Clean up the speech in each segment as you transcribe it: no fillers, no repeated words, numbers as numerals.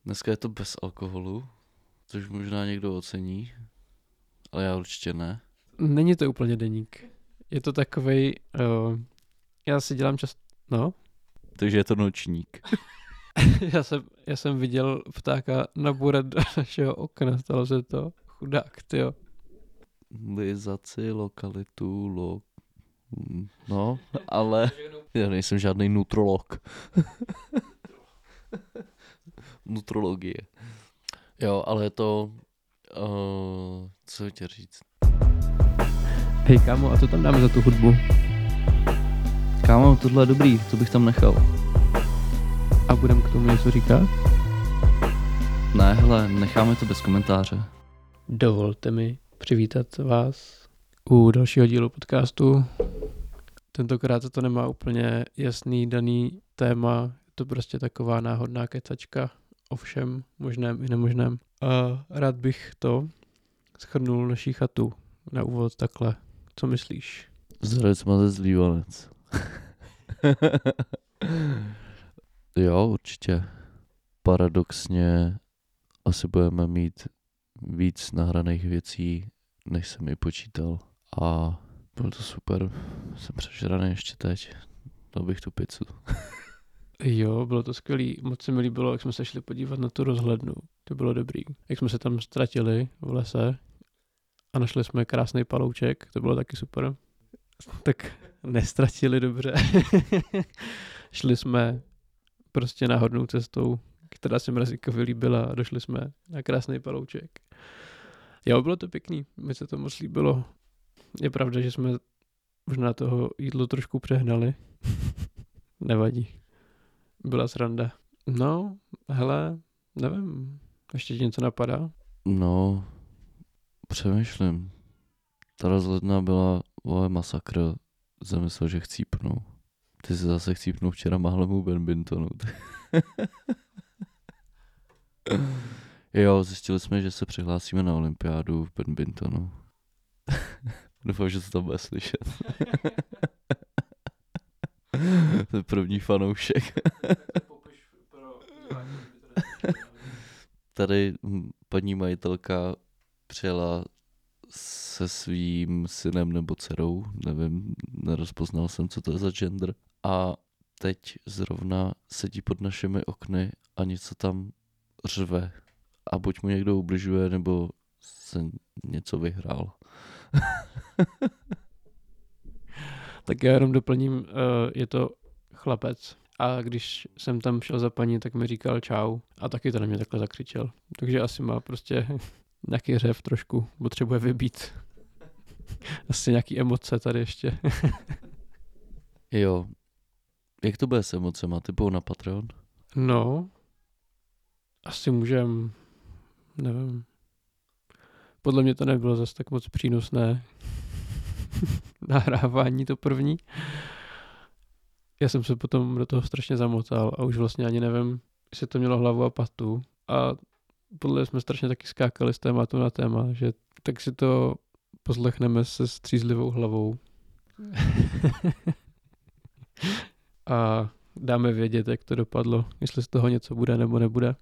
Dneska je to bez alkoholu, což možná někdo ocení, ale já určitě ne. Není to úplně deník. Je to takovej, já si dělám no. Takže je to nočník. já jsem viděl ptáka nabourat do našeho okna, stalo se to. Chudák, tyjo. Lizaci, lokalitu, no, ale já nejsem žádný nutrolog. Nutrologie. Jo, ale je to, co chtěl říct? Hej kámo, a co tam dáme za tu hudbu? Kámo, tohle je dobrý, to bych tam nechal. A budem k tomu něco říkat? Ne, hele, necháme to bez komentáře. Dovolte mi přivítat vás u dalšího dílu podcastu. Tentokrát to nemá úplně jasný daný téma, je to prostě taková náhodná kecačka o všem možném i nemožném. A rád bych to shrnul naší chatu na úvod takhle. Co myslíš? Zrec mazec zlívanec. Jo, určitě. Paradoxně asi budeme mít víc nahraných věcí, než jsem i počítal. A bylo to super. Jsem přežraný ještě teď. Dal bych tu pizzu. Jo, bylo to skvělý. Moc se mi líbilo, jak jsme se šli podívat na tu rozhlednu. To bylo dobrý. Jak jsme se tam ztratili v lese a našli jsme krásný palouček, to bylo taky super. Tak nestratili dobře. Šli jsme prostě náhodnou cestou, která se mi Razíkovi líbila a došli jsme na krásný palouček. Jo, bylo to pěkný, mi se to moc líbilo. Je pravda, že jsme možná toho jídlo trošku přehnali. Nevadí. Byla sranda. No, hele, nevím, ještě ti něco napadá? No, přemýšlím. Ta rozhledna byla masakr. Jsem myslel, že chcípnu. Ty jsi zase chcípnul včera Mahlemu badmintonu. Jo, zjistili jsme, že se přihlásíme na olympiádu v badmintonu. Doufám, že se to bude slyšet. To je první fanoušek. Tady paní majitelka přijela se svým synem nebo dcerou, nevím, nerozpoznal jsem, co to je za gender. A teď zrovna sedí pod našimi okny a něco tam řve. A buď mu někdo ubližuje, nebo se něco vyhrál. Tak já jenom doplním, je to chlapec. A když jsem tam šel za paní, tak mi říkal čau. A taky to na mě takhle zakřičel. Takže asi má prostě nějaký řev trošku. Potřebuje vybít. Asi nějaký emoce tady ještě. Jo. Jak to bude s emocema? Ty budou na Patreon? No. Asi můžem. Nevím. Podle mě to nebylo zase tak moc přínosné. Nahrávání to první. Já jsem se potom do toho strašně zamotal a už vlastně ani nevím, jestli to mělo hlavu a patu. A podle jsme strašně taky skákali z tématu na téma, že tak si to poslechneme se střízlivou hlavou. A dáme vědět, jak to dopadlo, jestli z toho něco bude nebo nebude.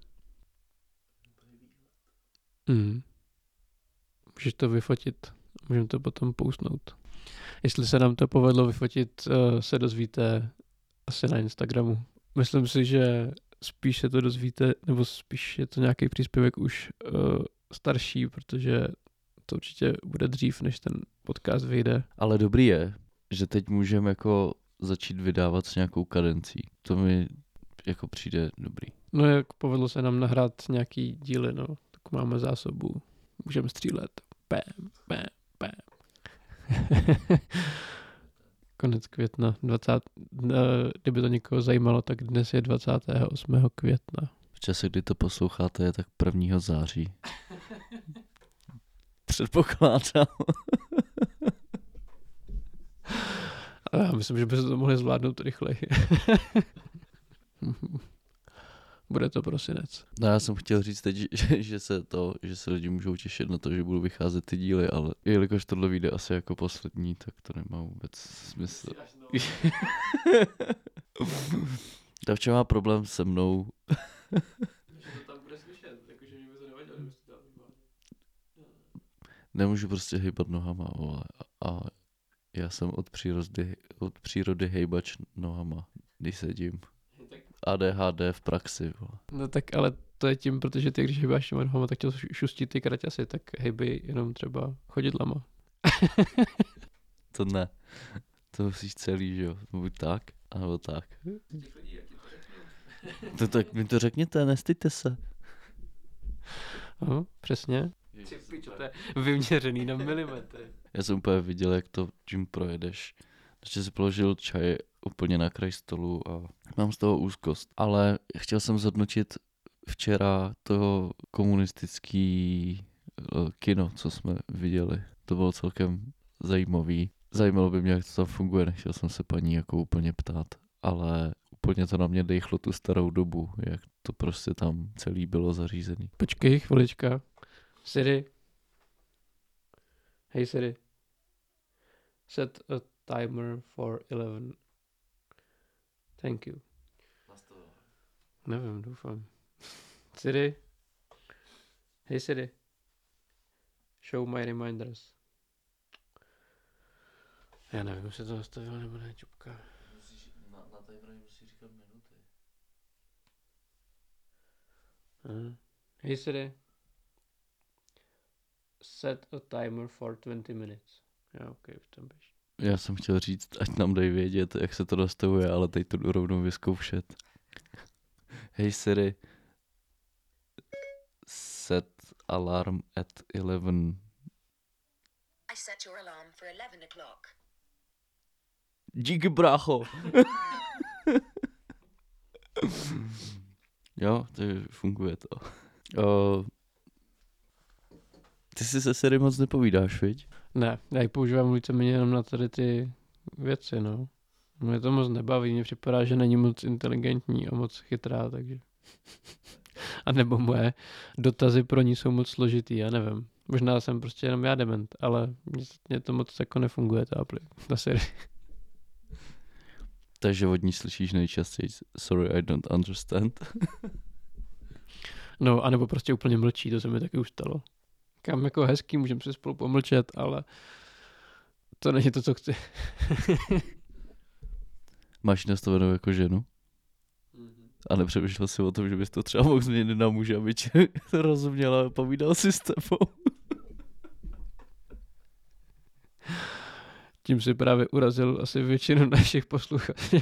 Můžeš to vyfotit, můžeme to potom poustnout. Jestli se nám to povedlo vyfotit, se dozvíte asi na Instagramu. Myslím si, že spíš se to dozvíte, nebo spíš je to nějaký příspěvek už starší, protože to určitě bude dřív, než ten podcast vyjde. Ale dobrý je, že teď můžeme jako začít vydávat s nějakou kadencí. To mi jako přijde dobrý. No jak povedlo se nám nahrát nějaký díly, no, tak máme zásobu. Můžeme střílet. Bam, bam, bam. Konec května. Kdyby to někoho zajímalo, tak dnes je 28. května. V čase, kdy to posloucháte, je tak 1. září. Předpokládám. Já myslím, že by se to mohli zvládnout rychleji. Bude to prosinec. No já jsem chtěl říct teď, že se lidi můžou těšit na to, že budou vycházet ty díly, ale jelikož tohle vyjde asi jako poslední, tak to nemá vůbec smysl. Davče má problém se mnou. Nemůžu prostě hejbat nohama, vole. A já jsem od přírody hejbač nohama, když sedím. ADHD v praxi, vole. No tak ale to je tím, protože ty, když hejbáš těma nohama, tak tě šustí ty kraťasy, tak hejbej jenom třeba chodidlama. To ne. To musíš celý, že jo. Buď tak, anebo tak. To tak mi to řekněte, nestyďte se. Aha, přesně. To je vyměřený na milimetry. Já jsem úplně viděl, jak to tím projedeš. Takže si položil čaj úplně na kraj stolu a mám z toho úzkost. Ale chtěl jsem zhodnotit včera to komunistický kino, co jsme viděli. To bylo celkem zajímavý. Zajímalo by mě, jak to tam funguje, nechtěl jsem se paní jako úplně ptát, ale úplně to na mě dejchlo tu starou dobu, jak to prostě tam celý bylo zařízený. Počkej, chvilička. Siri. Hej Siri. Set a timer for 11. Thank you. Nevím, doufám. Siri. Hej Siri. Show my reminders. Já nevím, jestli to nastavilo nebo ne, čupka. Na timeru musíš říkat minuty. Hej Siri. Set a timer for 20 minutes. Já, ok, už tam běž. Já jsem chtěl říct, ať nám dají vědět, jak se to nastavuje, ale teď to jdu rovnou vyzkoušet. Hej Siri, set alarm at 11. I set your alarm for 11 o'clock. Díky, brácho. Jo, to funguje to. Ty si se Siri moc nepovídáš, viď? Ne, já ji používám víceméně jenom na tady ty věci, no. Mě to moc nebaví, mně připadá, že není moc inteligentní a moc chytrá, takže... A nebo moje dotazy pro ní jsou moc složitý, já nevím. Možná jsem prostě jenom já dement, ale mně to moc jako nefunguje, ta Siri. Takže od ní slyšíš nejčastěji sorry, I don't understand. No, anebo prostě úplně mlčí, to se mi taky už stalo. Kam jako hezký, můžeme si spolu pomlčet, ale to není to, co chci. Máš ji nastavenou jako ženu? A nepřemýšlel si o tom, že bys to třeba mohl změnit na muže, aby tě rozuměla a povídal si s tebou. Tím si právě urazil asi většinu našich posluchačů.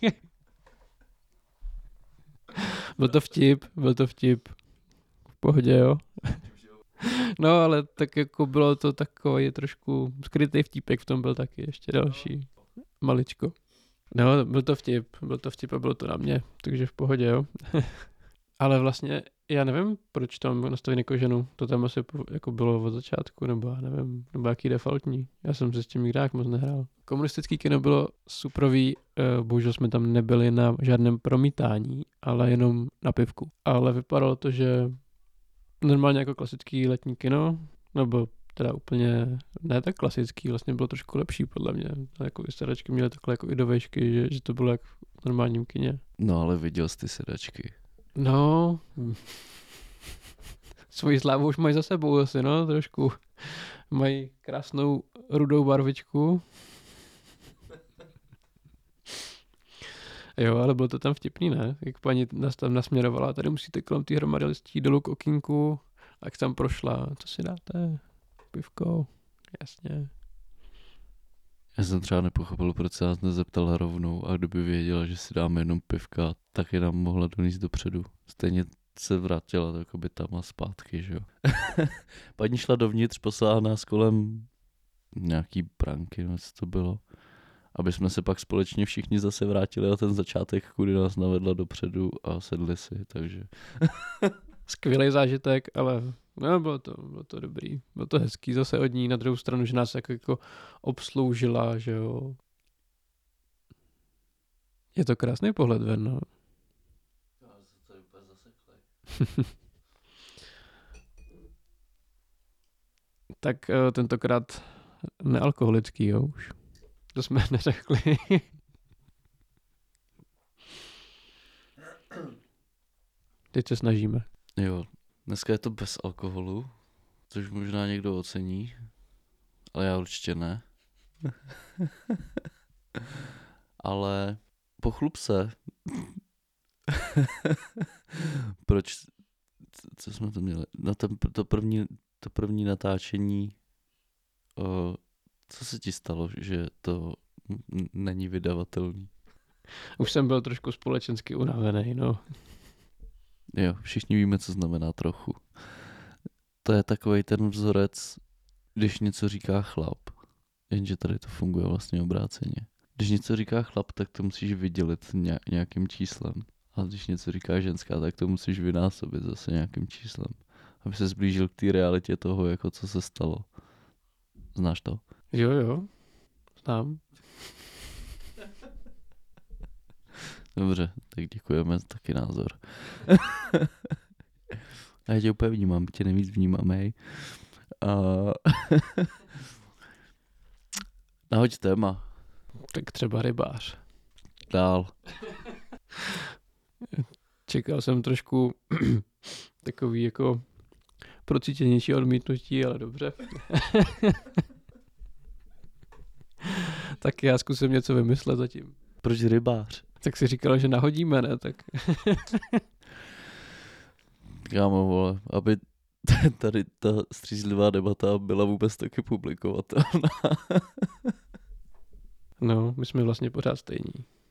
Byl to vtip. V pohodě, jo. No, ale tak jako bylo to takový trošku skrytý vtípek, v tom byl taky ještě další. Maličko. No, byl to vtip a bylo to na mě, takže v pohodě, jo. Ale vlastně, já nevím, proč tam nastavit jako ženu, to tam asi jako bylo od začátku, nebo já nevím, nebo jaký defaultní. Já jsem se s tím nikdy jak moc nehrál. Komunistický kino bylo suprový, bohužel jsme tam nebyli na žádném promítání, ale jenom na pivku. Ale vypadalo to, že normálně jako klasický letní kino, nebo teda úplně ne tak klasický, vlastně bylo trošku lepší podle mě. A jako i sedačky měly takhle jako i do vejšky, že to bylo jak v normálním kině. No, ale viděl jsi ty sedačky. No, svoji slávu už mají za sebou asi, no, trošku. Mají krásnou rudou barvičku. Jo, ale bylo to tam vtipný, ne? Jak paní nás tam nasměrovala, tady musíte kolem té hromady listí dolů k okýnku. A jak tam prošla, co si dáte? Pivko, jasně. Já jsem třeba nepochopil, proč se nás nezeptala rovnou a kdyby věděla, že si dáme jenom pivka, tak je nám mohla donést dopředu. Stejně se vrátila takoby tam a zpátky, že jo. Paní šla dovnitř, poslala nás kolem nějaký branky, no co to bylo. Aby jsme se pak společně všichni zase vrátili na ten začátek, kudy nás navedla dopředu a sedli si, takže... Skvělý zážitek, ale no, bylo to dobrý. Bylo to hezký zase od ní, na druhou stranu, že nás jako obsloužila, že jo. Je to krásný pohled ven, no. Tak tentokrát nealkoholický, jo, už. To jsme neřekli. Teď se snažíme. Jo, dneska je to bez alkoholu, což možná někdo ocení, ale já určitě ne. Ale pochlup se. Proč, co jsme to měli? Na to první natáčení, co se ti stalo, že to není vydavatelný? Už jsem byl trošku společensky unavený, no. Jo, všichni víme, co znamená trochu. To je takovej ten vzorec, když něco říká chlap, jenže tady to funguje vlastně obráceně. Když něco říká chlap, tak to musíš vydělit nějakým číslem. A když něco říká ženská, tak to musíš vynásobit zase nějakým číslem. Aby se zblížil k té realitě toho, jako co se stalo. Znáš to? Jo, znám. Dobře, tak děkujeme za taky názor. A já tě úplně vnímám, tě nejvíc vnímamej. Nahoď téma. Tak třeba rybář. Dál. Čekal jsem trošku takový jako procítěnější odmítnutí, ale dobře. Tak já zkusím něco vymyslet zatím. Proč rybář? Tak si říkal, že nahodíme, ne? Tak Kámo, vole, aby tady ta střízlivá debata byla vůbec taky publikovatelná. no, my jsme vlastně pořád stejní.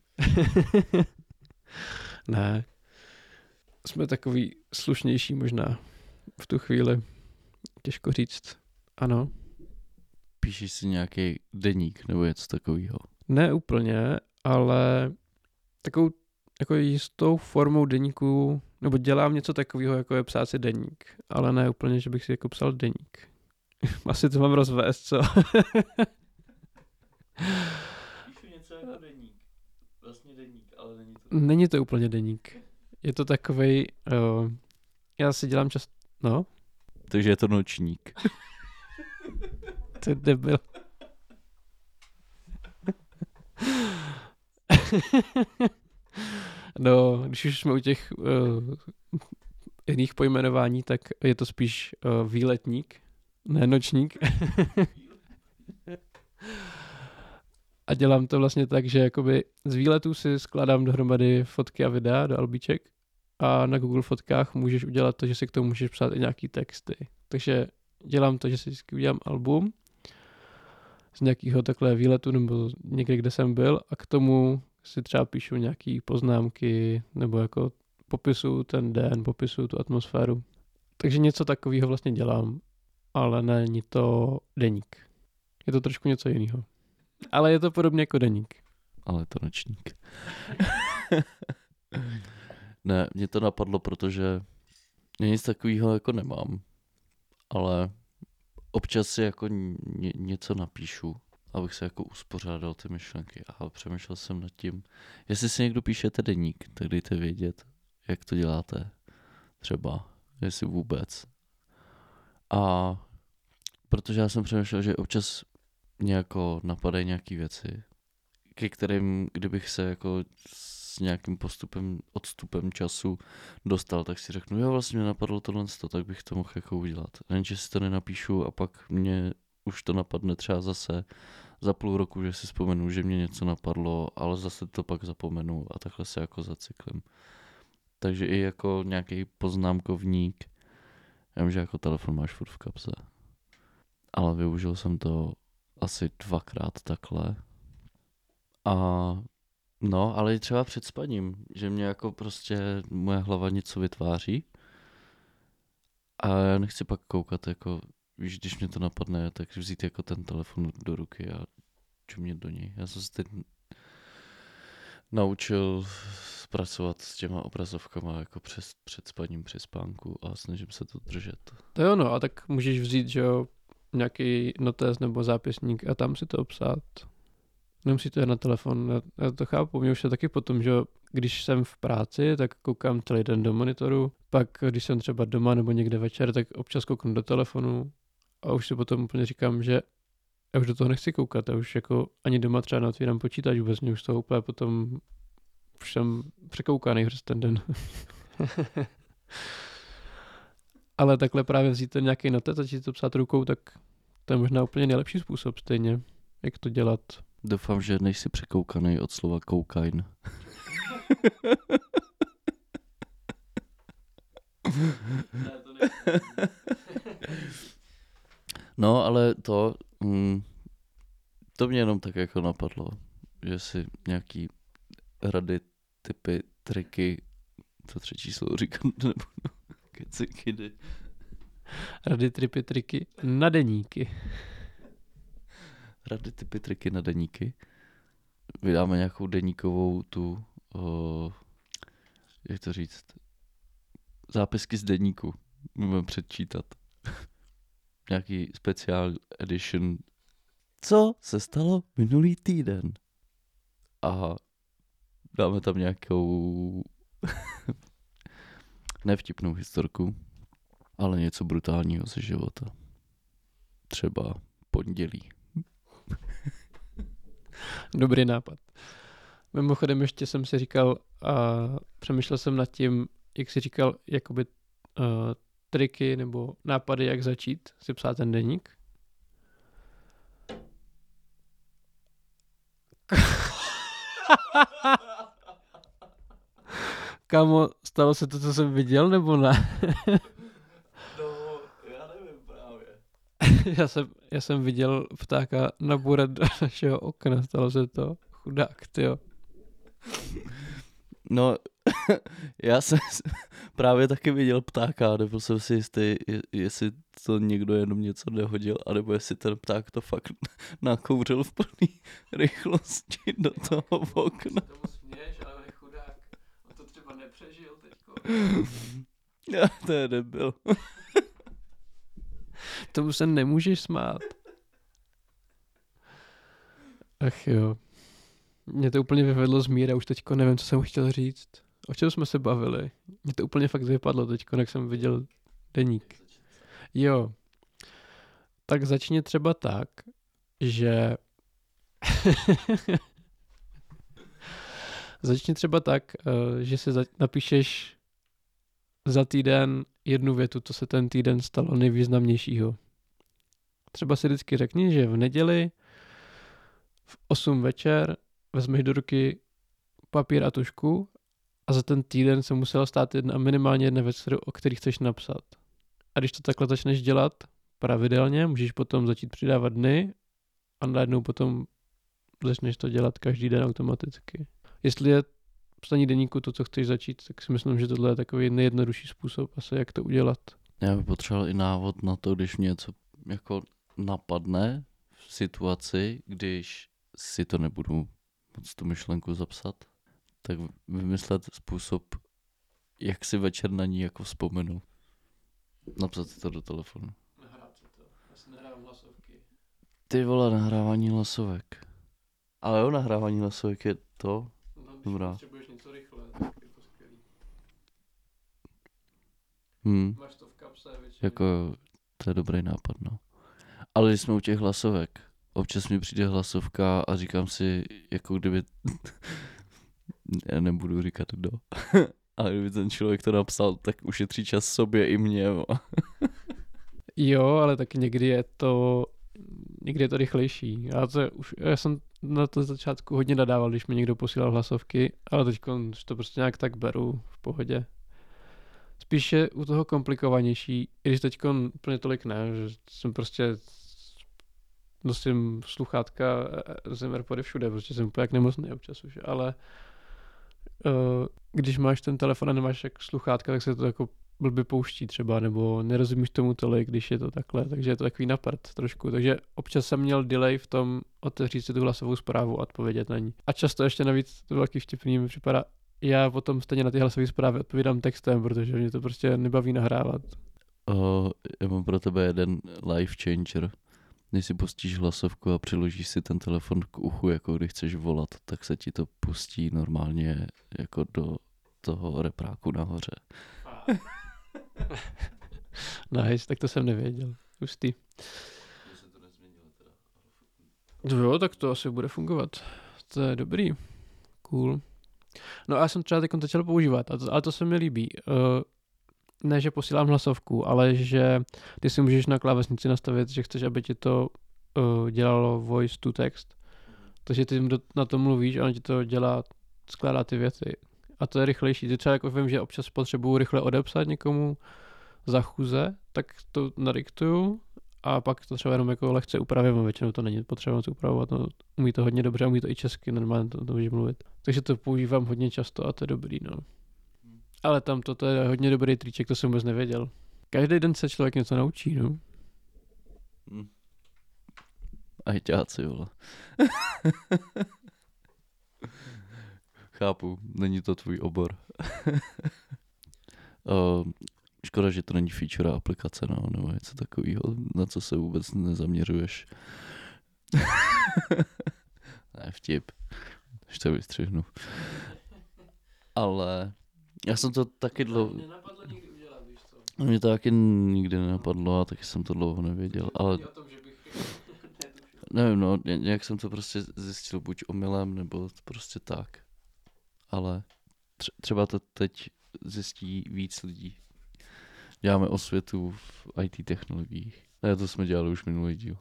Ne. Jsme takový slušnější možná v tu chvíli. Těžko říct. Ano. Píšeš si nějaký deník nebo něco takového? Ne úplně, ale takovou jako jistou formou deníku, nebo dělám něco takového, jako je psát si deník, ale ne úplně, že bych si jako psal deník. Asi to mám rozvést, co? Píšu něco jako deník. Vlastně deník, ale není to... Není to úplně deník. Je to takovej, já si dělám čas, no, Takže je to nočník. to je debil. No, když už jsme u těch jiných pojmenování, tak je to spíš výletník, ne nočník. A dělám to vlastně tak, že jakoby z výletů si skládám dohromady fotky a videa do albíček a na Google fotkách můžeš udělat to, že si k tomu můžeš psát i nějaký texty. Takže dělám to, že si vždycky udělám album z nějakého takhle výletu nebo někde, kde jsem byl a k tomu si třeba píšu nějaký poznámky nebo jako popisuju ten den, popisuju tu atmosféru. Takže něco takového vlastně dělám, ale není to deník. Je to trošku něco jiného. Ale je to podobně jako deník. Ale je to nočník. Ne, mě to napadlo, protože já nic takového jako nemám, ale občas si jako něco napíšu, abych se jako uspořádal ty myšlenky a přemýšlel jsem nad tím, jestli si někdo píšete deník, tak dejte vědět, jak to děláte, třeba, jestli vůbec. A protože já jsem přemýšlel, že občas mě jako napadají nějaký věci, ke kterým, kdybych se jako s nějakým odstupem času dostal, tak si řeknu, jo, vlastně mě napadlo tohle, tak bych to mohl jako udělat. Jenže si to nenapíšu a pak mě už to napadne třeba zase za půl roku, že si vzpomenu, že mě něco napadlo, ale zase to pak zapomenu a takhle se jako zacyklím. Takže i jako nějaký poznámkovník, já vím, že jako telefon máš furt v kapse, ale využil jsem to asi 2krát takhle. A no, ale i třeba před spaním, že mě jako prostě moje hlava něco vytváří a já nechci pak koukat jako, víš, když mě to napadne, tak vzít jako ten telefon do ruky a čumět do něj. Já jsem se teď naučil pracovat s těma obrazovkama jako před spaním při spánku a snažím se to držet. To jo, no, a tak můžeš vzít, že jo, nějaký notes nebo zápisník a tam si to obsát. Nemusí to jít na telefon. Já to chápu, mě už je taky potom, že když jsem v práci, tak koukám celý den do monitoru, pak když jsem třeba doma nebo někde večer, tak občas kouknu do telefonu a už si potom úplně říkám, že já už do toho nechci koukat, já už jako ani doma třeba neotvírám počítač vůbec, mě už to úplně potom už jsem překoukaný hrst ten den. Ale takhle právě vzít ten nějaký notec a začít to psát rukou, tak to je možná úplně nejlepší způsob stejně, jak to dělat. Doufám, že nejsi překoukaný od slova kokain. No, ale to mě jenom tak jako napadlo, že si nějaký rady, typy, triky, to třetí slovo říkat nebudu, kedy. Rady, tripy, triky na deníky. Rady, typy, triky na deníky. Vydáme nějakou deníkovou jak to říct, zápisky z deníku. Můžeme předčítat. Nějaký speciál edition. Co se stalo minulý týden? A dáme tam nějakou nevtipnou historku, ale něco brutálního ze života. Třeba pondělí. Dobrý nápad. Mimochodem ještě jsem si říkal a přemýšlel jsem nad tím, jak si říkal, jakoby triky nebo nápady, jak začít si psát ten deník. Kámo, stalo se to, co jsem viděl, nebo ne? No, já nevím právě. já jsem viděl ptáka nabourat do našeho okna, stalo se to. Chudák, tyjo. No, já jsem právě taky viděl ptáka, nebyl jsem si jistý, jestli to někdo jenom něco nehodil, anebo jestli ten pták to fakt nakouřil v plný rychlosti do toho okna. Tomu směješ, ale chudák. On to třeba nepřežil teďko. Já to je nebyl. Tomu se nemůžeš smát. Ach jo. Mě to úplně vyvedlo z míry, už teďko nevím, co jsem chtěl říct. O čem jsme se bavili? Mě to úplně fakt vypadlo teďko, jak jsem viděl deník. Jo. Tak začni třeba tak, že... začni třeba tak, že si napíšeš za týden jednu větu, co se ten týden stalo nejvýznamnějšího. Třeba si vždycky řekni, že v neděli v 8 večer vezmeš do ruky papír a tužku a za ten týden se musela stát minimálně jedna věc, o který chceš napsat. A když to takhle začneš dělat pravidelně, můžeš potom začít přidávat dny a najednou potom začneš to dělat každý den automaticky. Jestli je psaní deníku to, co chceš začít, tak si myslím, že tohle je takový nejjednodušší způsob asi, jak to udělat. Já bych potřeboval i návod na to, když mě něco jako napadne v situaci, když si to nebudu moc tu myšlenku zapsat, tak vymyslet způsob, jak si večer na ní jako vzpomenu. Napsat si to do telefonu. Nahrát si to. Já si nahrávám hlasovky. Ty vole, nahrávání hlasovek. Ale jo, nahrávání hlasovek je to. No, když Dobrá. potřebuješ něco rychle, tak je to skvělý. Máš to v kapse většinou. Jako, to je dobrý nápad, no. Ale když jsme u těch hlasovek, občas mi přijde hlasovka a říkám si, jako kdyby, já nebudu říkat kdo, ale kdyby ten člověk to napsal, tak ušetří čas sobě i mě. Jo, ale tak někdy je to rychlejší. Já jsem na to začátku hodně nadával, když mi někdo posílal hlasovky, ale teď to prostě nějak tak beru v pohodě. Spíš je u toho komplikovanější, i když teď úplně tolik ne, že jsem prostě nosím sluchátka, jsem AirPody všude, prostě jsem úplně jak nemocný občas už, ale když máš ten telefon a nemáš jak sluchátka, tak se to jako blbě pouští třeba, nebo nerozumíš tomu tolik, když je to takhle, takže je to takový naprt trošku, takže občas jsem měl delay v tom otevřít si tu hlasovou zprávu a odpovědět na ní. A často ještě navíc to velký vtipný mi připadá, já potom stejně na ty hlasové zprávy odpovídám textem, protože mě to prostě nebaví nahrávat. Já mám pro tebe jeden life changer. Když si pustíš hlasovku a přiložíš si ten telefon k uchu, jako když chceš volat, tak se ti to pustí normálně jako do toho repráku nahoře. Nice, tak to jsem nevěděl. Hustý. Jo, tak to asi bude fungovat. To je dobrý. Cool. No a já jsem třeba teď začal používat, ale to se mi líbí. ne, že posílám hlasovku, ale že ty si můžeš na klávesnici nastavit, že chceš, aby ti to dělalo voice to text. Takže ty na to mluvíš a on ti to dělá, skládá ty věty. A to je rychlejší. Ty třeba jako vím, že občas potřebuju rychle odepsat někomu za chůze, tak to nadiktuju a pak to třeba jenom jako lehce upravím, a většinou to není potřeba to upravovat, no, umí to hodně dobře, umí to i česky, normálně to může mluvit. Takže to používám hodně často a to je dobrý, no. Ale tam to je hodně dobrý triček, to jsem vůbec nevěděl. Každý den se člověk něco naučí, no. Ajťáci, vole. Chápu, není to tvůj obor. Škoda, že to není feature aplikace, no, nebo něco takového, na co se vůbec nezaměřuješ. Ne, vtip. Ještě vystřihnu. Ale já jsem to taky dlouho... Mě nenapadlo nikdy udělat, víš co? Mě to taky nikdy nenapadlo a taky jsem to dlouho nevěděl, ale... Nevím, no, nějak jsem to prostě zjistil buď omylem, nebo prostě tak. Ale třeba to teď zjistí víc lidí. Děláme osvětu v IT technologiích. A to jsme dělali už minulý díl.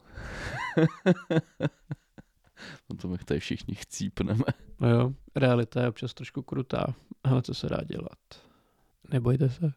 No to my tady všichni chcípneme. No jo, realita je občas trošku krutá, ale co se dá dělat? Nebojte se.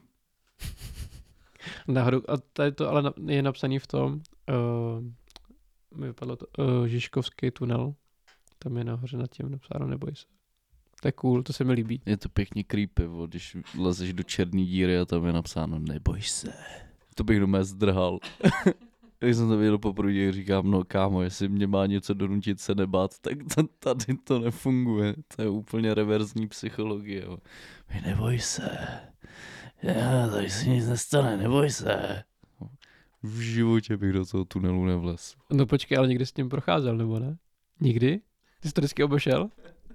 Náhodou, a tady to ale je napsaný v tom, mi vypadlo to, Žižkovský tunel, tam je nahoře nad tím napsáno neboj se. To je cool, to se mi líbí. Je to pěkně creepy, když lezeš do černé díry a tam je napsáno neboj se. To bych doma zdrhal. Když jsem to viděl poprvé, říkám, no kámo, jestli mě má něco donutit se nebát, tak tady to nefunguje. To je úplně reverzní psychologie. Jo. Neboj se. Tady se nic nestane, neboj se. V životě bych do toho tunelu nevlez. No počkej, ale někdy s tím procházel, nebo ne? Nikdy? Ty jsi to vždycky obešel?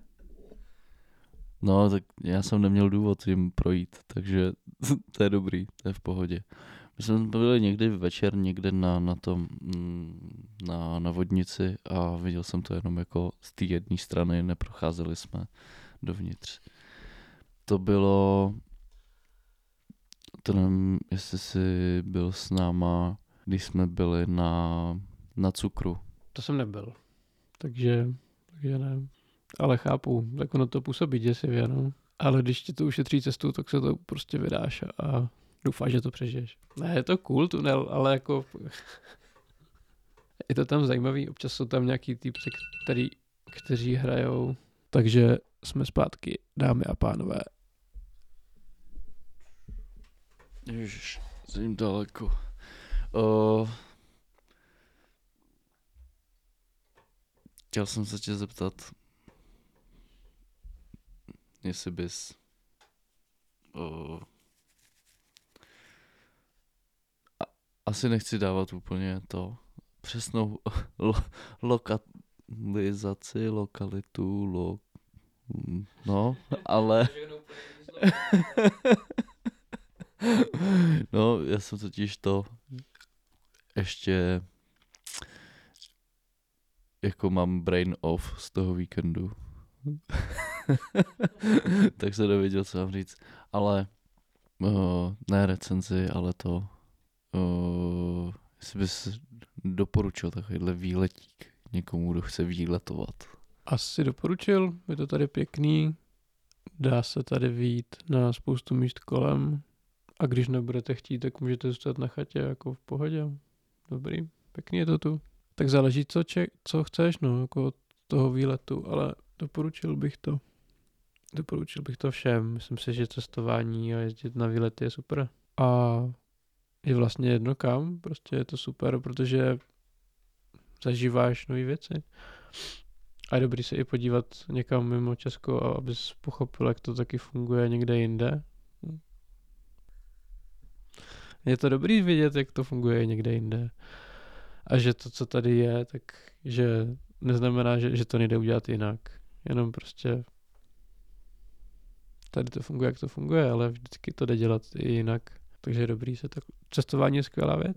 No, tak já jsem neměl důvod jim projít, takže to je dobrý, to je v pohodě. My jsme byli někdy večer někde na tom, na vodnici a viděl jsem to jenom jako z té jedné strany, neprocházeli jsme dovnitř. To bylo, to nevím, jestli jsi byl s náma, když jsme byli na cukru. To jsem nebyl, takže ne. Ale chápu, tak ono to působí děsivě, no. Ale když ti to ušetří cestu, tak se to prostě vydáš a doufáš, že to přežiješ. Ne, je to cool tunel, ale jako je to tam zajímavý, občas jsou tam nějaký týpci, kteří hrajou. Takže jsme zpátky, dámy a pánové. Ježiš, jsem daleko. Chtěl jsem se tě zeptat, jestli bys asi nechci dávat úplně to přesnou lokalitu, no, ale no, já jsem totiž to ještě jako mám brain off z toho víkendu. Tak se dověděl, co mám říct. Ale ne recenzi, ale to jestli bys doporučil takovýhle výletík někomu, kdo chce výletovat. Asi doporučil, je to tady pěkný, dá se tady vyjít na spoustu míst kolem a když nebudete chtít, tak můžete zůstat na chatě jako v pohodě. Dobrý, pěkný je to tu. Tak záleží, co chceš, no, jako od toho výletu, ale doporučil bych to. Doporučil bych to všem. Myslím si, že cestování a jezdit na výlety je super. A je vlastně jedno kam, prostě je to super, protože zažíváš nové věci. A je dobrý se i podívat někam mimo Česko, abys pochopil, jak to taky funguje někde jinde. Je to dobrý vidět, jak to funguje někde jinde. A že to, co tady je, tak že neznamená, že to nejde udělat jinak. Jenom prostě tady to funguje, jak to funguje, ale vždycky to jde dělat i jinak. Takže je dobrý se tak... Cestování je skvělá věc.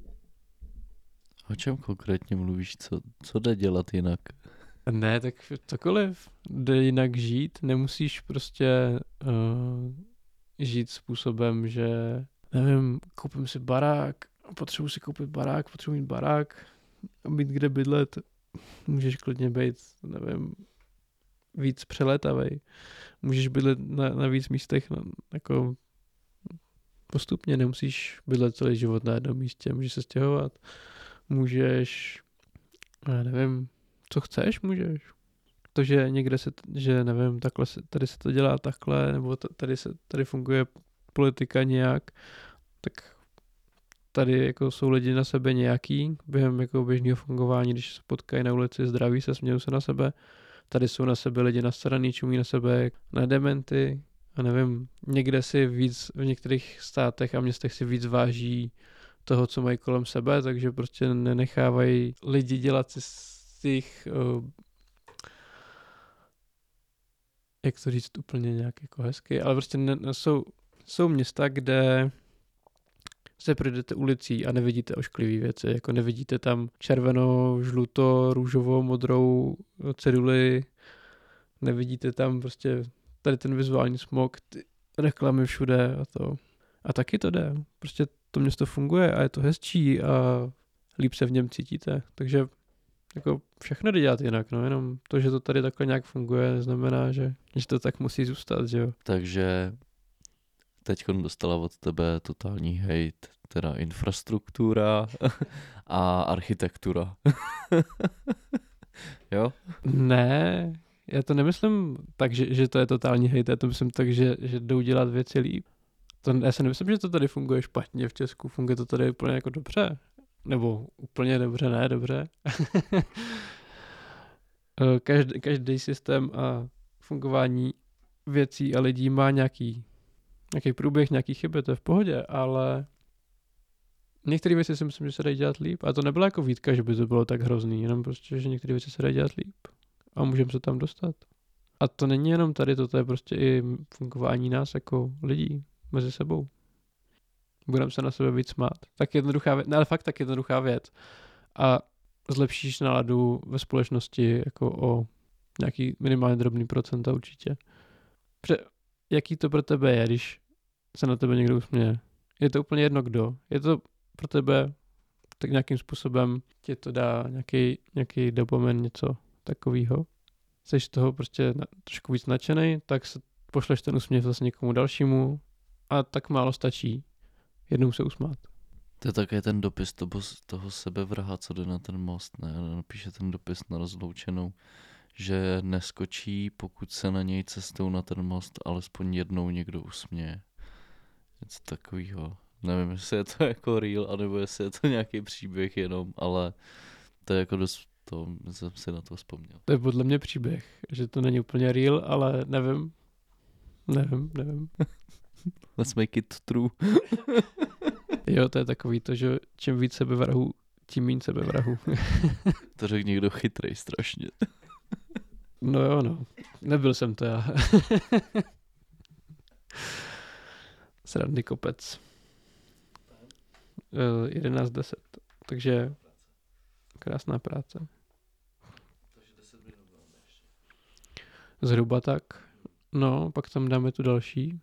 O čem konkrétně mluvíš? Co jde dělat jinak? Ne, tak cokoliv. Jde jinak žít. Nemusíš prostě žít způsobem, že nevím, koupím si barák, potřebuji si koupit barák, potřebuji mít barák a mít kde bydlet. Můžeš klidně být, nevím, víc přelétavej. Můžeš bydlet na víc místech, jako postupně, nemusíš bydlet celý život na jednom místě, můžeš se stěhovat, můžeš, já nevím, co chceš, můžeš. To, že někde se, že nevím, takhle se, tady se to dělá takhle, nebo tady funguje politika nějak, tak tady jako jsou lidi na sebe nějaký, během jako běžného fungování, když se potkají na ulici, zdraví se, smějou se na sebe. Tady jsou na sebe lidi nasraný, čumí na sebe na dementy a nevím, někde si víc, v některých státech a městech si víc váží toho, co mají kolem sebe, takže prostě nenechávají lidi dělat si z těch, jak to říct úplně nějak jako hezky, ale prostě jsou města, kde se projdete ulicí a nevidíte ošklivý věci, jako nevidíte tam červenou, žluto, růžovou, modrou ceduli, nevidíte tam prostě tady ten vizuální smog, ty reklamy všude a to. A taky to jde. Prostě to město funguje a je to hezčí a líp se v něm cítíte. Takže jako všechno jde dělat jinak, no jenom to, že to tady takhle nějak funguje, neznamená, že to tak musí zůstat, že jo. Takže teďkon dostala od tebe totální hejt, teda infrastruktura a architektura. Jo? Ne, já to nemyslím tak, že to je totální hejt, já to myslím tak, že jdou dělat věci líp. Já si nemyslím, že to tady funguje špatně v Česku, funguje to tady úplně jako dobře. Nebo úplně dobře, ne dobře. Každý systém a fungování věcí a lidí má nějaký průběh, nějaký chyby, to je v pohodě, ale některé věci si myslím, že se dají dělat líp. A to nebyla jako výtka, že by to bylo tak hrozný, jenom prostě, že některé věci se dají dělat líp. A můžeme se tam dostat. A to není jenom tady, to je prostě i fungování nás jako lidí mezi sebou. Budeme se na sebe víc smát. Tak jednoduchá věc, ale fakt tak jednoduchá věc. A zlepšíš náladu ve společnosti jako o nějaký minimálně drobný procenta určitě. Jaký to pro tebe je, když se na tebe někdo usměje? Je to úplně jedno kdo. Je to pro tebe tak nějakým způsobem ti to dá nějaký dopamin, něco takového. Jsi z toho prostě trošku víc nadšenej, tak se pošleš ten úsměv zase někomu dalšímu a tak málo stačí jednou se usmát. To je také ten dopis toho sebevraha, co jde na ten most, ne? Napíše ten dopis na rozloučenou, že neskočí, pokud se na něj cestou na ten most alespoň jednou někdo usměje. Něco takového. Nevím, jestli je to jako real, anebo jestli je to nějaký příběh jenom, ale to je jako dost, to jsem si na to vzpomněl. To je podle mě příběh, že to není úplně real, ale nevím. Let's make it true. Jo, to je takový to, že čím víc sebevrahů, tím méně sebevrahů. To řekl někdo chytrej strašně. No jo, no. Nebyl jsem to já. Srandný kopec. 11:10. Takže krásná práce. Zhruba tak. No, pak tam dáme tu další.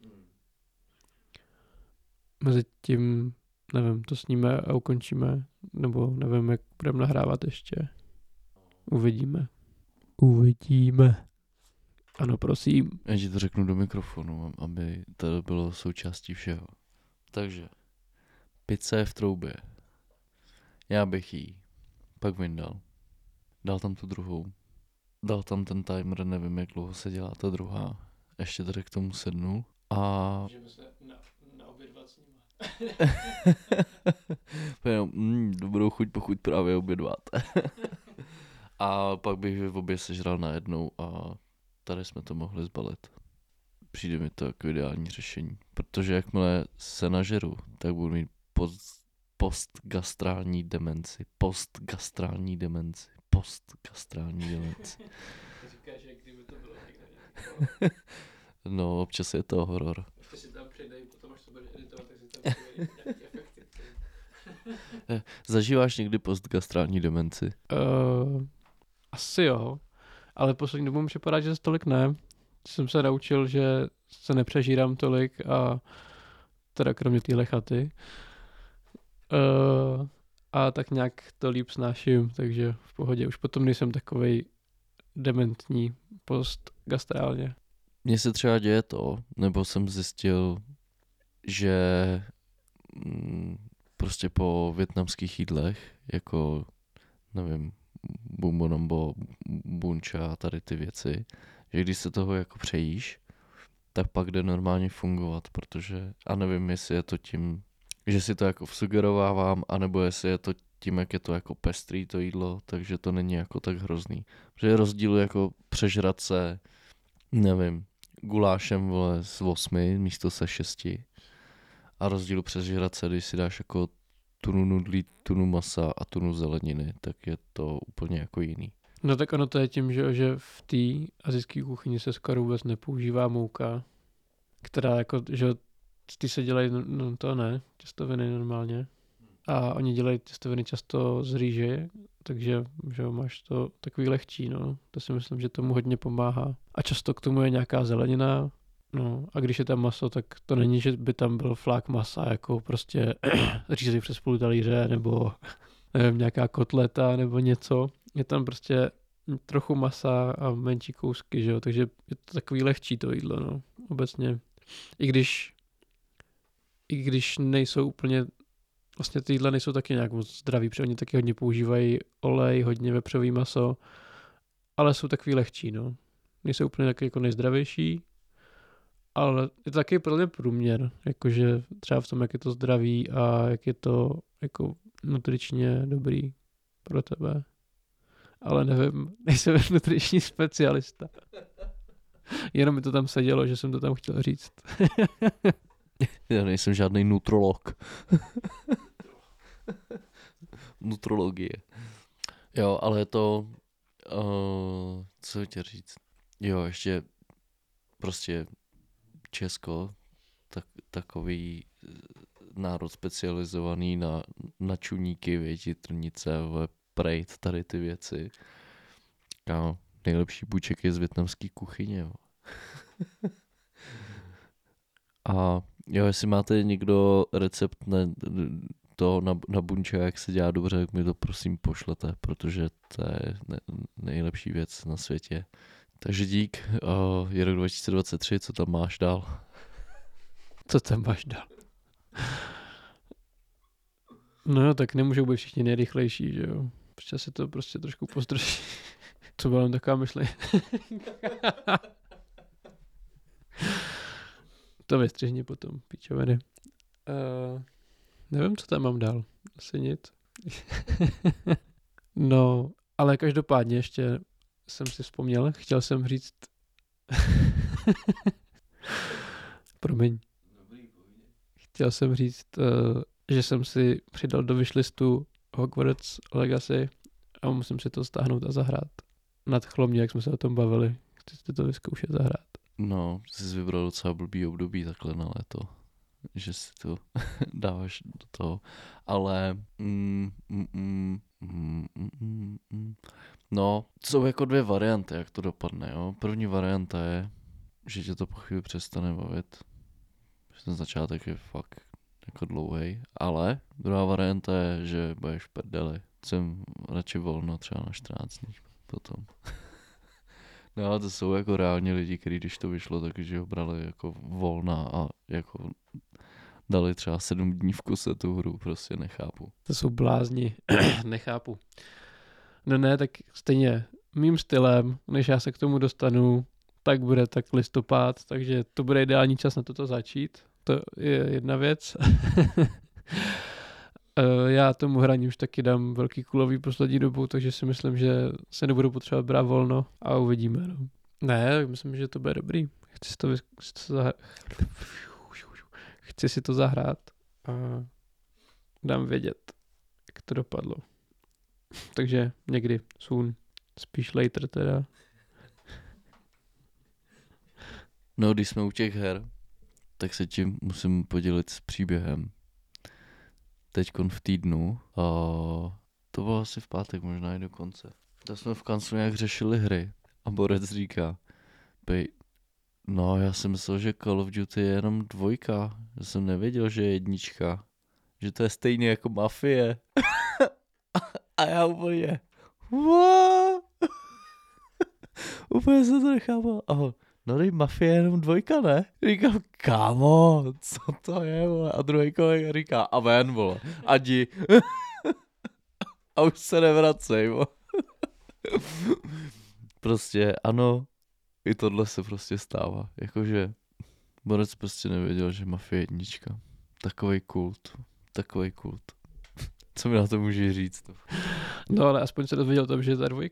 Mezitím, nevím, to sníme a ukončíme. Nebo nevím, jak budeme nahrávat ještě. Uvidíme. Ano, prosím. Já ti to řeknu do mikrofonu, aby to bylo součástí všeho. Takže, pizza je v troubě. Já bych jí pak vyndal. Dal tam tu druhou. Dal tam ten timer, nevím, jak dlouho se dělá ta druhá. Ještě tady k tomu sednul. A... Můžeme se naobědvat s nima. Dobrou chuť, pokud právě obědvat. A pak bych v obě sežral najednou a tady jsme to mohli zbalit. Přijde mi to jako ideální řešení. Protože jakmile se nažeru, tak budu mít postgastrální demenci. Říkáš, jak kdyby to bylo někde. No, občas je to horor. Ještě si tam přidej, potom až to budeš editovat, tak si tam přidej nějaký efekty. Zažíváš někdy postgastrální demenci? Asi jo, ale poslední dobou mi připadá, že tolik ne. Jsem se naučil, že se nepřežírám tolik a teda kromě téhle chaty. A tak nějak to líp snáším, takže v pohodě. Už potom nejsem takovej dementní postgastrálně. Mně se třeba děje to, nebo jsem zjistil, že prostě po vietnamských jídlech, jako nevím, bumbonombo, buncha a tady ty věci, že když se toho jako přejíš, tak pak jde normálně fungovat, protože, a nevím, jestli je to tím, že si to jako vsugerovávám, anebo jestli je to tím, jak je to jako pestrý to jídlo, takže to není jako tak hrozný. Protože je rozdíl jako přežrat se, nevím, gulášem vole z 8 místo se 6 a rozdíl přežrat se, když si dáš jako tunu nudlí, tunu masa a tunu zeleniny, tak je to úplně jako jiný. No tak ono to je tím, že v té asijské kuchyni se skoro vůbec nepoužívá mouka, která jako, že z té se dělají, no to ne, těstoviny normálně. A oni dělají těstoviny často z rýže, takže že máš to takový lehčí, no. To si myslím, že tomu hodně pomáhá. A často k tomu je nějaká zelenina, no. A když je tam maso, tak to není, že by tam byl flák masa, jako prostě řízej přes půl talíře, nebo nevím, nějaká kotleta, nebo něco. Je tam prostě trochu masa a menší kousky, že jo, takže je to takový lehčí to jídlo, no. Obecně. I když nejsou úplně, vlastně ty jídla nejsou taky nějak moc zdraví, protože oni taky hodně používají olej, hodně vepřový maso, ale jsou takový lehčí, no. Nejsou úplně taky jako nejzdravější, ale je to taky pro mě průměr, jakože třeba v tom, jak je to zdraví a jak je to jako nutričně dobrý pro tebe. Ale nevím, nejsem nutriční specialista. Jenom mi to tam sedělo, že jsem to tam chtěl říct. Já nejsem žádný nutrolog. Nutrologie. Jo, ale je to, co chtěl říct? Jo, ještě prostě Česko, takový národ specializovaný na čuníky, věti, trnice, prejt, tady ty věci. A nejlepší buček je z vietnamské kuchyně. Jo. A jo, jestli máte někdo recept na bunče, jak se dělá dobře, tak mi to prosím pošlete, protože to je nejlepší věc na světě. Takže dík, je rok 2023, co tam máš dál? Co tam máš dál? No tak nemůžou být všichni nejrychlejší, že jo. Protože se to prostě trošku pozdrží. To byla jen taková myšlenka. To vystřihni potom, píčoviny. Nevím, co tam mám dál. Asi nic. No, ale každopádně ještě jsem si vzpomněl, chtěl jsem říct... Promiň. Chtěl jsem říct, že jsem si přidal do wishlistu Hogwarts Legacy a musím si to stáhnout a zahrát. Nadchlo mě, jak jsme se o tom bavili. Chci si to vyzkoušet zahrát. No, jsi vybral docela blbý období takhle na léto, že si to dáváš do toho, ale no, jsou jako dvě varianty, jak to dopadne, jo. První varianta je, že tě to po chvíli přestane bavit, že ten začátek je fakt jako dlouhej, ale druhá varianta je, že budeš v prdeli, jsem radši volno třeba na 14 dní potom. No a to jsou jako reálně lidi, kteří když to vyšlo, takže ho brali jako volna a jako dali třeba 7 dní v kuse tu hru, prostě nechápu. To jsou blázni, nechápu. No ne, tak stejně mým stylem, než já se k tomu dostanu, tak bude tak listopad, takže to bude ideální čas na toto začít. To je jedna věc. Já tomu hraní už taky dám velký kulový poslední dobou, takže si myslím, že se nebudu potřebovat brát volno a uvidíme. No. Ne, myslím, že to bude dobrý. Chci si to zahrát a dám vědět, jak to dopadlo. Takže někdy soon, spíš later teda. No, když jsme u těch her, tak se tím musím podělit s příběhem. Teďkon v týdnu, to bylo asi v pátek, možná i dokonce. Tak jsme v kanclu nějak řešili hry a Borec říká, No, já jsem myslel, že Call of Duty je jenom 2. Já jsem nevěděl, že je 1. Že to je stejně jako Mafie. A já úplně... What? Úplně se to nechápal. Ahoj. No dej, Mafie je jenom 2, ne? Říkám, kámo, co to je, vole? A druhý kolega říká, a ven, vole. A jdi. A už se nevracej, vole. Prostě ano, i tohle se prostě stává. Jakože Borec prostě nevěděl, že Mafie je 1. Takovej kult. Co mi na to může říct? No ale aspoň se dozvěděl tom, že je ta 2.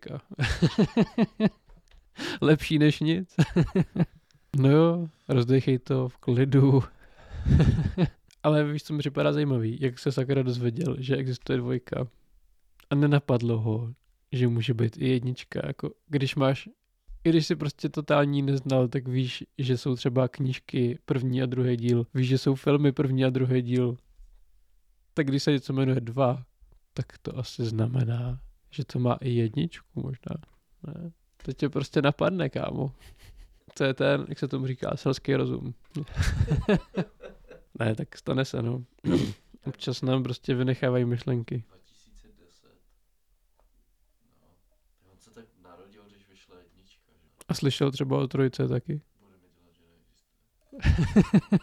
Lepší než nic. No jo, rozdechej to v klidu. Ale víš, co mi připadá zajímavý, jak se sakra dozvěděl, že existuje 2. A nenapadlo ho, že může být i 1. Jako, když máš, i když si prostě totální neznal, tak víš, že jsou třeba knížky 1. a 2. díl, víš, že jsou filmy 1. a 2. díl. Tak když se něco jmenuje 2, tak to asi znamená, že to má i 1 možná. Ne? To tě prostě napadne, kámo. To je ten, jak se tomu říká, selský rozum. Ne, tak stane se, no. Občas nám prostě vynechávají myšlenky. 2010. No, on se tak narodil, když vyšla 1. Že? A slyšel třeba o 3 taky? Bude mi dělat, že neexistuje.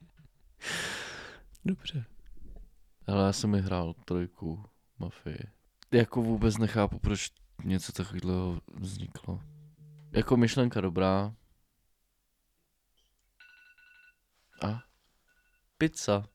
Dobře. Ale já jsem mi hrál 3 Mafii. Jako vůbec nechápu, proč něco takového vzniklo. Jako myšlenka dobrá. A? Pizza.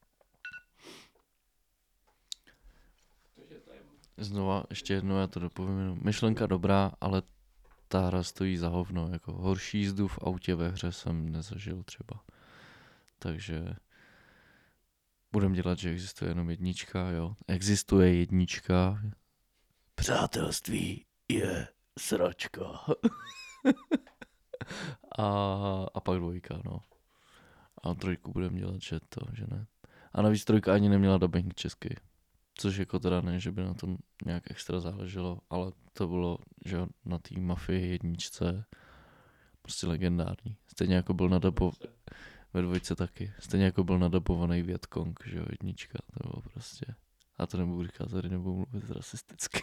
Znova, ještě jednou já to dopovím. Myšlenka dobrá, ale ta hra stojí za hovno. Jako horší jízdu v autě ve hře jsem nezažil třeba. Takže budem dělat, že existuje jenom 1, jo. Existuje 1. Přátelství je sračka. a pak 2, no. A 3 budem dělat, že ne. A navíc 3 ani neměla dubbing český. Což jako teda ne, že by na tom nějak extra záleželo, ale to bylo, že na té Mafii 1 prostě legendární. Stejně jako byl ve 2 taky. Stejně jako byl nadabovaný Vietkong, že jo, 1. To bylo prostě. A to nebudu říkat, tady nebudu mluvit rasisticky.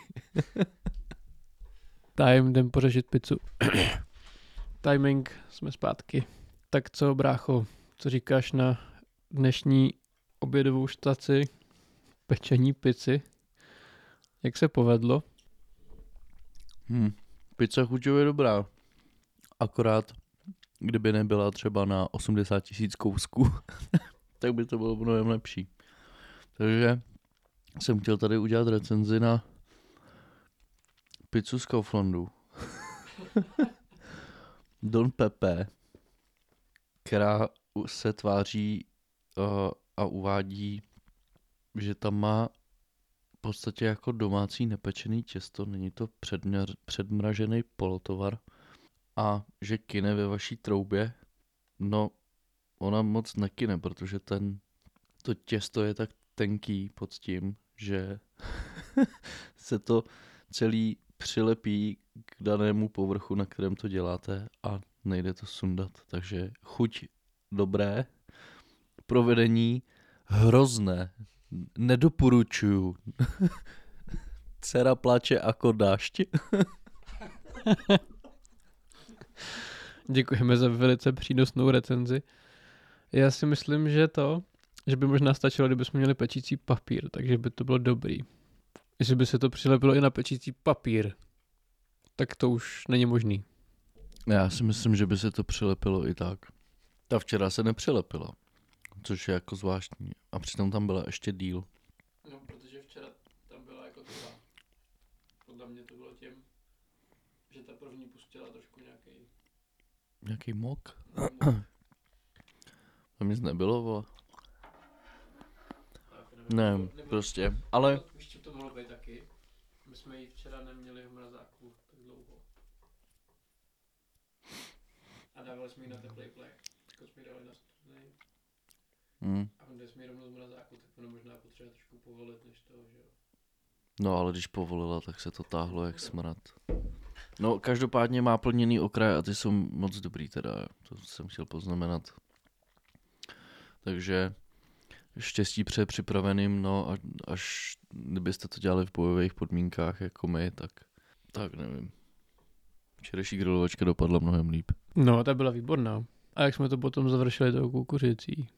Time, jdem pořešit pizzu. Timing, jsme zpátky. Tak co, brácho, co říkáš na dnešní obědovou štaci pečení pici? Jak se povedlo? Pizza chuťově dobrá. Akorát, kdyby nebyla třeba na 80 000 kousků, tak by to bylo mnohem lepší. Takže jsem chtěl tady udělat recenzi na pizzu z Kauflandu. Don Pepe, která se tváří a uvádí, že tam má v podstatě jako domácí nepečený těsto, není to předmražený polotovar a že kyne ve vaší troubě. No, ona moc nekyne, protože to těsto je tak tenký pod tím, že se to celý přilepí k danému povrchu, na kterém to děláte a nejde to sundat. Takže chuť dobré, provedení hrozné, nedoporučuju. Dcera plače jako dášť. Děkujeme za velice přínosnou recenzi. Já si myslím, že by možná stačilo, kdybychom měli pečící papír, takže by to bylo dobrý. Jestli by se to přilepilo i na pečící papír, tak to už není možný. Já si myslím, že by se to přilepilo i tak. Ta včera se nepřilepila, což je jako zvláštní. A přitom tam byla ještě díl. No, protože včera tam byla jako taková. Podle mě to bylo tím, že ta první pustila trošku Nějaký mok? Tam nic nebylo, vole. Ne, prostě, ale... Víš, co to mohlo být taky? My jsme ji včera neměli v mrazáku tak dlouho. A dávali jsme ji na teplej plech. Jako jsme ji dali na studený. A když jsme ji rovnou z mrazáku, tak ono možná potřeba trošku povolit než toho, že jo. No ale když povolila, tak se to táhlo jak smrad. No, každopádně má plněný okraje a ty jsou moc dobrý teda, to jsem chtěl poznamenat. Takže štěstí přeje připraveným, no a až kdybyste to dělali v bojových podmínkách jako my, tak nevím. Včerejší grilovačka dopadla mnohem líp. No, ta byla výborná. A jak jsme to potom završili tou kukuřicí?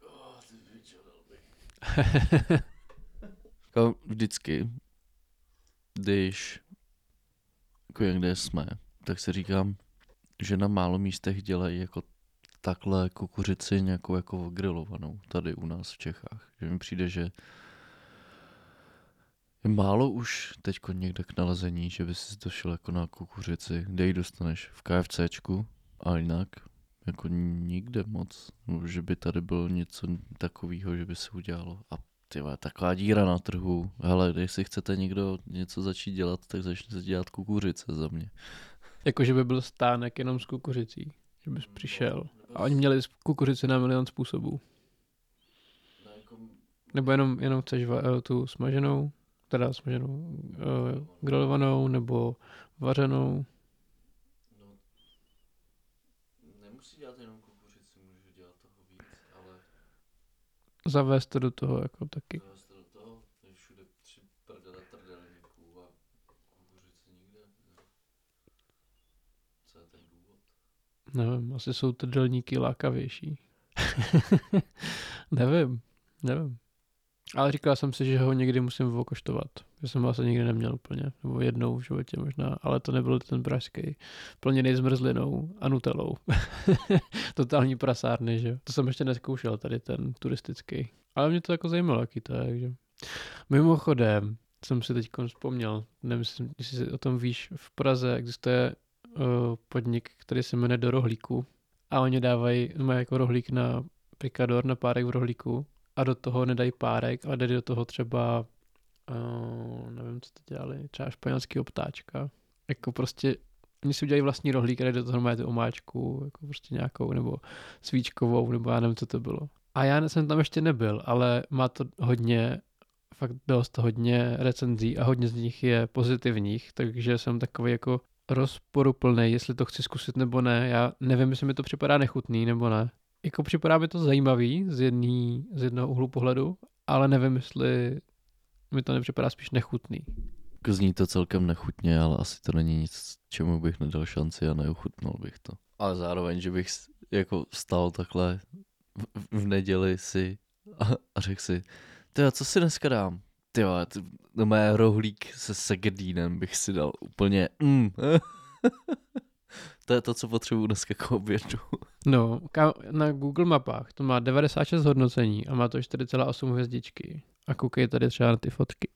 Jako vždycky, když jako někde jsme, tak si říkám, že na málo místech dělají jako takhle kukuřici nějakou jako grilovanou tady u nás v Čechách. Že mi přijde, že je málo už teďko někde k nalezení, že by si to šel jako na kukuřici, kde ji dostaneš v KFCčku a jinak jako nikde moc, že by tady bylo něco takového, že by se udělalo. A tyhle, taková díra na trhu. Hele, když si chcete někdo něco začít dělat, tak začněte dělat kukuřice za mě. Jako, že by byl stánek jenom s kukuřicí. Že bys přišel. A oni měli kukuřici na milion způsobů. Nebo jenom chceš tu smaženou, grilovanou, nebo vařenou. Nemusí dělat jenom kukuřici, můžu dělat toho víc, ale Zavést to do toho jako taky. zavést to do toho, je všude 3 prdele trdelníků a kukuřice nikde. Co je ten důvod? Nevím, asi jsou trdelníky lákavější. Nevím. Ale říkal jsem si, že ho někdy musím okoštovat. Že jsem ho asi nikdy neměl úplně. Nebo jednou v životě možná. Ale to nebyl ten pražský. Plněný zmrzlinou a nutelou. Totální prasárny, že jo. To jsem ještě nezkoušel, tady ten turistický. Ale mě to jako zajímalo, jaký to je, že. Mimochodem, jsem si teď vzpomněl, nevím, jestli si o tom víš, v Praze existuje podnik, který se jmenuje Do rohlíku. A oni mají jako rohlík na pikador, na párek v rohlíku. A do toho nedají párek, ale dají do toho třeba, nevím, co to dělali, třeba španělského ptáčka. Jako prostě, oni si udělají vlastní rohlík a dají do toho mají tu omáčku, jako prostě nějakou, nebo svíčkovou, nebo já nevím, co to bylo. A já jsem tam ještě nebyl, ale má to fakt dost hodně recenzí a hodně z nich je pozitivních, takže jsem takový jako rozporuplnej, jestli to chci zkusit nebo ne. Já nevím, jestli mi to připadá nechutný nebo ne. Jako připadá mi to zajímavý z jednoho úhlu pohledu, ale nevím, jestli mi to nepřipadá spíš nechutný. Zní to celkem nechutně, ale asi to není nic, čemu bych nedal šanci a neuchutnal bych to. Ale zároveň, že bych jako vstal takhle v neděli si a řekl si, tyjo, co si dneska dám? Tyjo, na mé rohlík se segedínem bych si dal úplně To je to, co potřebuji dneska k obědu. No, na Google mapách to má 96 hodnocení a má to 4,8 hvězdičky. A koukej tady třeba na ty fotky.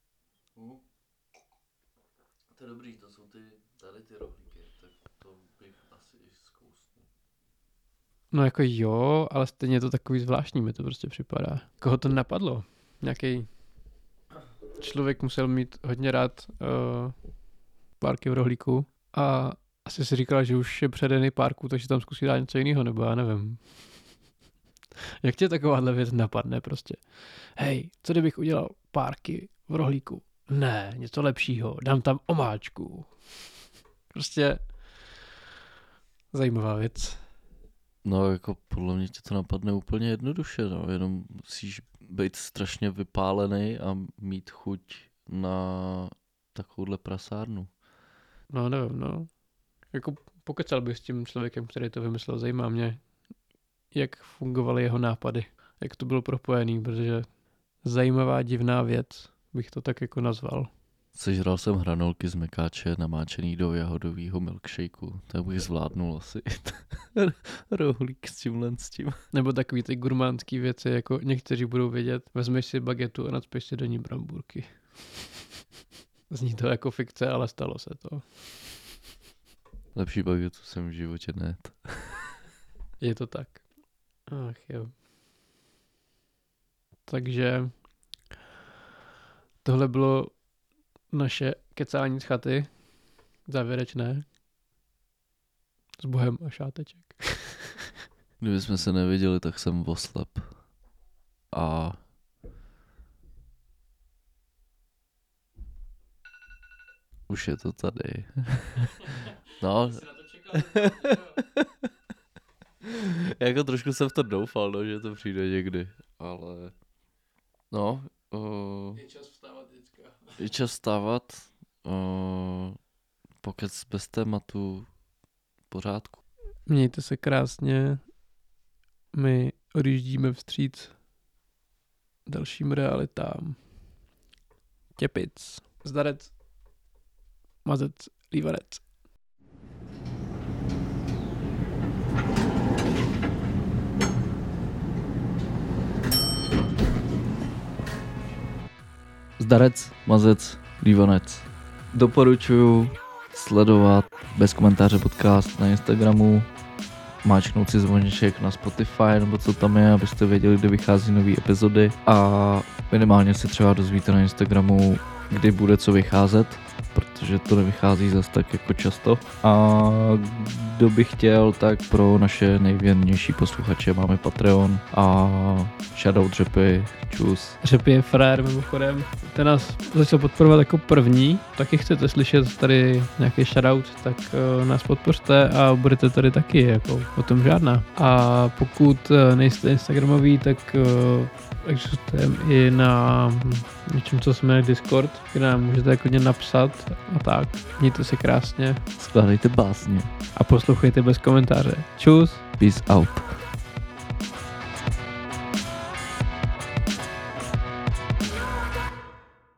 To je dobrý, to jsou tady ty rohlíky, tak to bych asi zkousnul. No jako jo, ale stejně je to takový zvláštní, mi to prostě připadá. Koho to napadlo? Nějaký člověk musel mít hodně rád párky v rohlíku a asi si říkal, že už je předený párku, takže tam zkusí dát něco jiného, nebo já nevím. Jak tě takováhle věc napadne prostě? Hej, co kdybych udělal párky v rohlíku? Ne, něco lepšího, dám tam omáčku. Prostě zajímavá věc. No jako podle mě tě to napadne úplně jednoduše, no, jenom musíš být strašně vypálený a mít chuť na takovouhle prasárnu. No nevím, no. Jako pokecal bych s tím člověkem, který to vymyslel, zajímá mě, jak fungovaly jeho nápady, jak to bylo propojený, protože zajímavá, divná věc, bych to tak jako nazval. Sežral jsem hranolky z mekáče namáčený do jahodového milkshakeu, tak bych zvládnul asi rohlík s tím. Nebo takový ty gurmánský věci, jako někteří budou vědět, vezmeš si bagetu a nacpeš si do ní brambůrky. Zní to jako fikce, ale stalo se to. Lepší bagetu jsem v životě nejedl. Je to tak. Ach jo. Takže tohle bylo naše kecání z chaty. Závěrečné. S Bohem a šáteček. Kdyby jsme se neviděli, tak jsem oslep. Už je to tady. No. Jako trošku jsem v to doufal, no, že to přijde někdy, ale no. Je čas vstávat teďka. Je čas vstávat. Pokec bez tématu pořádku. Mějte se krásně. My odjíždíme vstříc dalším realitám. Těpic, Zdarec, Mazec, Lívanec. Zdarec, Mazec, Lívanec. Doporučuju sledovat Bez komentáře podcast na Instagramu, máčknout si zvoneček na Spotify nebo co tam je, abyste věděli, kdy vychází nové epizody a minimálně si třeba dozvíte na Instagramu, kdy bude co vycházet, protože to nevychází zas tak jako často. A kdo by chtěl, tak pro naše nejvěrnější posluchače máme Patreon a shoutout Řepy, čus. Řepy je frajer mimochodem. Ten nás začal podporovat jako první, taky chcete slyšet tady nějaký shoutout, tak nás podpořte a budete tady taky, jako o tom žádná. A pokud nejste instagramoví, tak existujeme i na něčem, co se jmenuje Discord, kde nám můžete klidně napsat a tak. Mějte se krásně. Skládejte básně. A poslouchejte Bez komentáře. Čus. Peace out.